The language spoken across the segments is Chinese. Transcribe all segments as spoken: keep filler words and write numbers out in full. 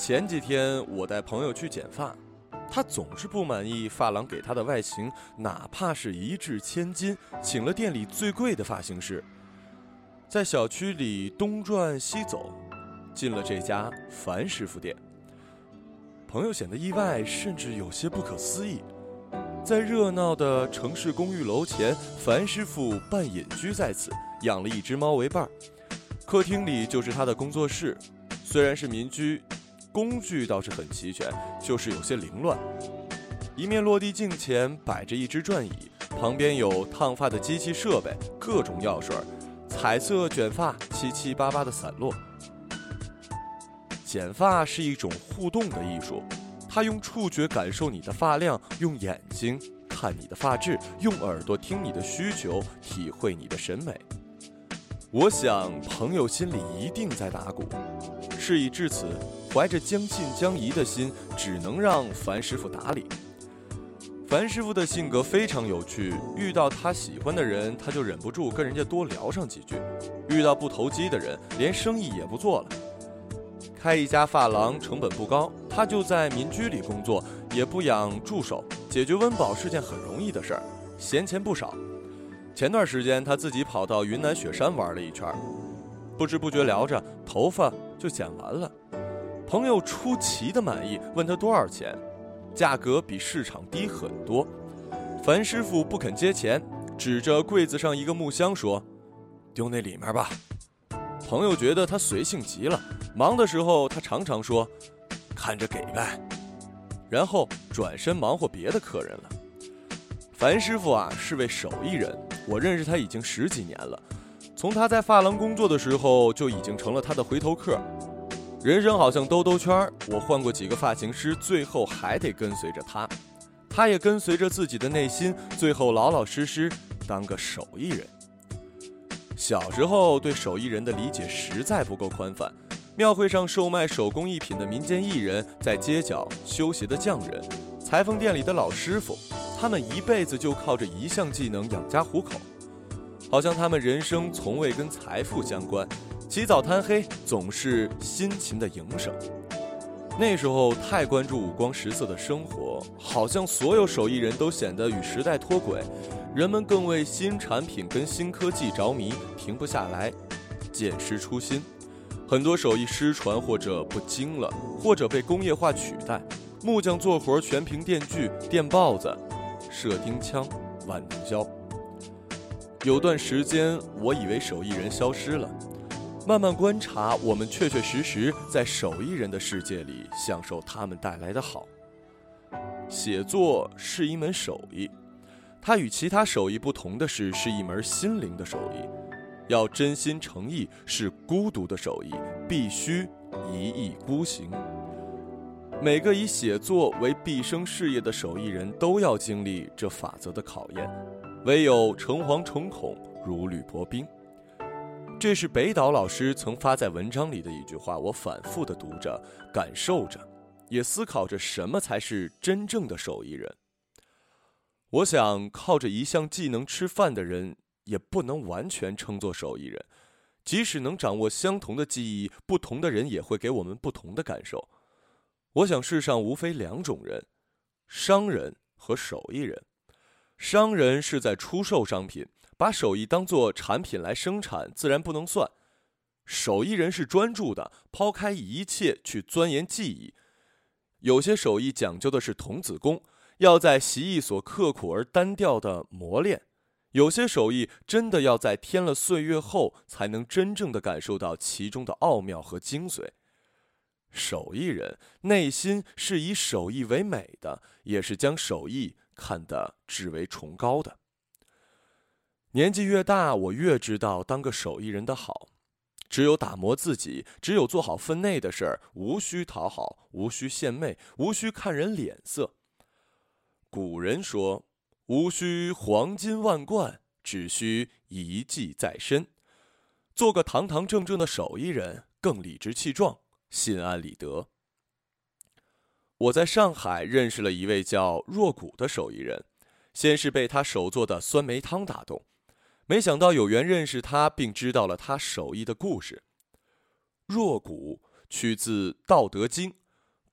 前几天我带朋友去剪发，他总是不满意发廊给他的外形，哪怕是一掷千金，请了店里最贵的发型师，在小区里东转西走，进了这家樊师傅店。朋友显得意外，甚至有些不可思议。在热闹的城市公寓楼前，樊师傅半隐居在此，养了一只猫为伴。客厅里就是他的工作室，虽然是民居，工具倒是很齐全，就是有些凌乱。一面落地镜前摆着一只转椅，旁边有烫发的机器设备，各种药水，彩色卷发七七八八的散落。剪发是一种互动的艺术，他用触觉感受你的发量，用眼睛看你的发质，用耳朵听你的需求，体会你的审美。我想朋友心里一定在打鼓。事已至此，怀着将信将疑的心，只能让樊师傅打理。樊师傅的性格非常有趣，遇到他喜欢的人，他就忍不住跟人家多聊上几句；遇到不投机的人，连生意也不做了。开一家发廊成本不高，他就在民居里工作，也不养助手，解决温饱是件很容易的事儿，闲钱不少。前段时间他自己跑到云南雪山玩了一圈，不知不觉聊着，头发就剪完了。朋友出奇的满意，问他多少钱，价格比市场低很多。樊师傅不肯接钱，指着柜子上一个木箱说：“丢那里面吧。”朋友觉得他随性极了，忙的时候他常常说：“看着给呗。”然后转身忙活别的客人了。樊师傅啊是位手艺人，我认识他已经十几年了，从他在发廊工作的时候就已经成了他的回头客。人生好像兜兜圈，我换过几个发型师，最后还得跟随着他，他也跟随着自己的内心，最后老老实实当个手艺人。小时候对手艺人的理解实在不够宽泛，庙会上售卖手工艺品的民间艺人，在街角修鞋的匠人，裁缝店里的老师傅，他们一辈子就靠着一项技能养家糊口，好像他们人生从未跟财富相关，起早贪黑总是辛勤的营生。那时候太关注五光十色的生活，好像所有手艺人都显得与时代脱轨，人们更为新产品跟新科技着迷，停不下来，渐失初心。很多手艺失传，或者不精了，或者被工业化取代。木匠做活全凭电锯、电刨子、射钉枪、万能胶。有段时间我以为手艺人消失了，慢慢观察，我们确确实实在手艺人的世界里享受他们带来的好。写作是一门手艺，它与其他手艺不同的是，是一门心灵的手艺。要真心诚意，是孤独的手艺，必须一意孤行。每个以写作为毕生事业的手艺人都要经历这法则的考验，唯有诚惶诚恐，如履薄冰。这是北岛老师曾发在文章里的一句话，我反复地读着，感受着，也思考着什么才是真正的手艺人。我想靠着一项技能吃饭的人也不能完全称作手艺人，即使能掌握相同的技艺，不同的人也会给我们不同的感受。我想世上无非两种人，商人和手艺人。商人是在出售商品，把手艺当作产品来生产，自然不能算。手艺人是专注的，抛开一切去钻研技艺。有些手艺讲究的是童子功，要在习艺所刻苦而单调的磨练。有些手艺真的要在添了岁月后，才能真正的感受到其中的奥妙和精髓。手艺人内心是以手艺为美的，也是将手艺看得至为崇高的。年纪越大，我越知道当个手艺人的好。只有打磨自己，只有做好分内的事儿，无需讨好，无需献媚，无需看人脸色。古人说，无需黄金万贯，只需一技在身。做个堂堂正正的手艺人，更理直气壮，心安理得。我在上海认识了一位叫若谷的手艺人，先是被他手做的酸梅汤打动，没想到有缘认识他，并知道了他手艺的故事。若谷取自《道德经》，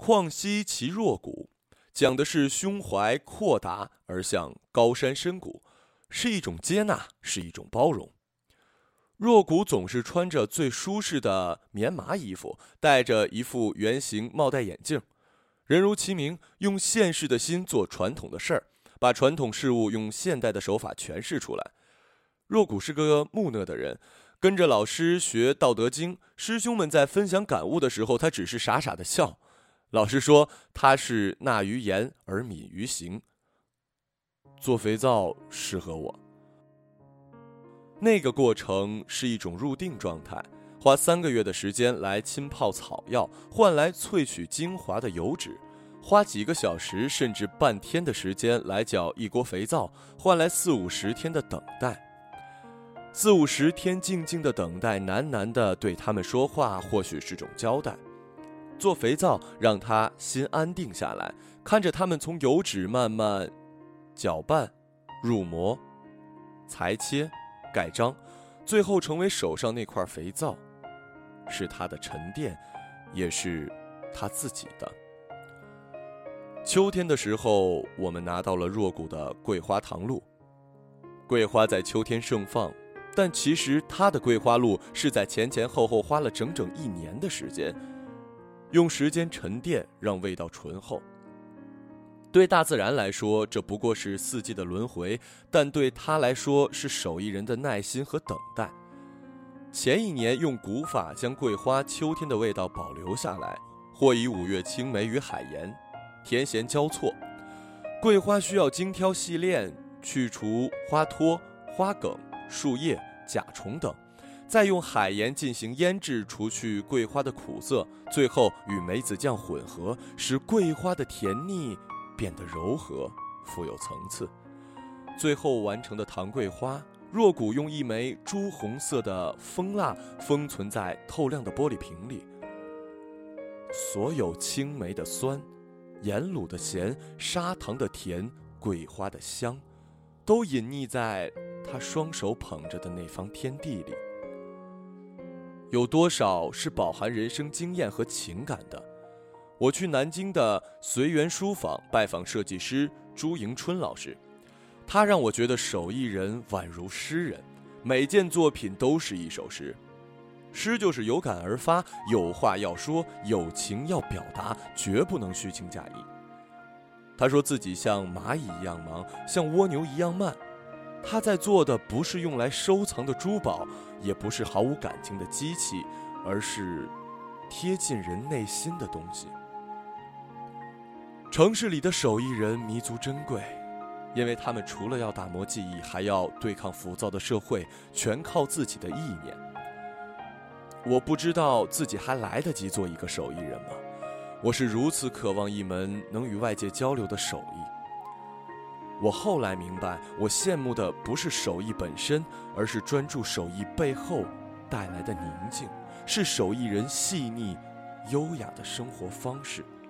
况兮其若谷，讲的是胸怀阔达而向高山深谷，是一种接纳，是一种包容。若谷总是穿着最舒适的棉麻衣服，戴着一副圆形帽戴眼镜，人如其名，用现世的心做传统的事儿，把传统事物用现代的手法诠释出来。若谷是个木讷的人，跟着老师学《道德经》，师兄们在分享感悟的时候，他只是傻傻的笑。老师说他是纳于言而敏于行。做肥皂适合我。那个过程是一种入定状态，花三个月的时间来浸泡草药，换来萃取精华的油脂，花几个小时甚至半天的时间来搅一锅肥皂，换来四五十天的等待。四五十天静静的等待，喃喃地对他们说话，或许是种交代。做肥皂让他心安定下来，看着他们从油脂慢慢搅拌、入模、裁切、盖章，最后成为手上那块肥皂，是他的沉淀，也是他自己的。秋天的时候，我们拿到了若谷的桂花糖露。桂花在秋天盛放，但其实它的桂花露是在前前后后花了整整一年的时间，用时间沉淀，让味道醇厚。对大自然来说，这不过是四季的轮回，但对他来说是手艺人的耐心和等待。前一年用古法将桂花秋天的味道保留下来，或以五月青梅与海盐，甜咸交错。桂花需要精挑细炼，去除花托、花梗、树叶、甲虫等，再用海盐进行腌制，除去桂花的苦涩，最后与梅子酱混合，使桂花的甜腻变得柔和，富有层次。最后完成的糖桂花，若谷用一枚朱红色的蜂蜡封存在透亮的玻璃瓶里。所有青梅的酸，盐卤的咸，砂糖的甜，桂花的香，都隐匿在他双手捧着的那方天地里。有多少是饱含人生经验和情感的？我去南京的随园书坊拜访设计师朱迎春老师，他让我觉得手艺人宛如诗人，每件作品都是一首诗。诗就是有感而发，有话要说，有情要表达，绝不能虚情假意。他说自己像蚂蚁一样忙，像蜗牛一样慢。他在做的不是用来收藏的珠宝，也不是毫无感情的机器，而是贴近人内心的东西。城市里的手艺人弥足珍贵，因为他们除了要打磨技艺，还要对抗浮躁的社会，全靠自己的意念。我不知道自己还来得及做一个手艺人吗？我是如此渴望一门能与外界交流的手艺。我后来明白，我羡慕的不是手艺本身，而是专注手艺背后带来的宁静，是手艺人细腻优雅的生活方式。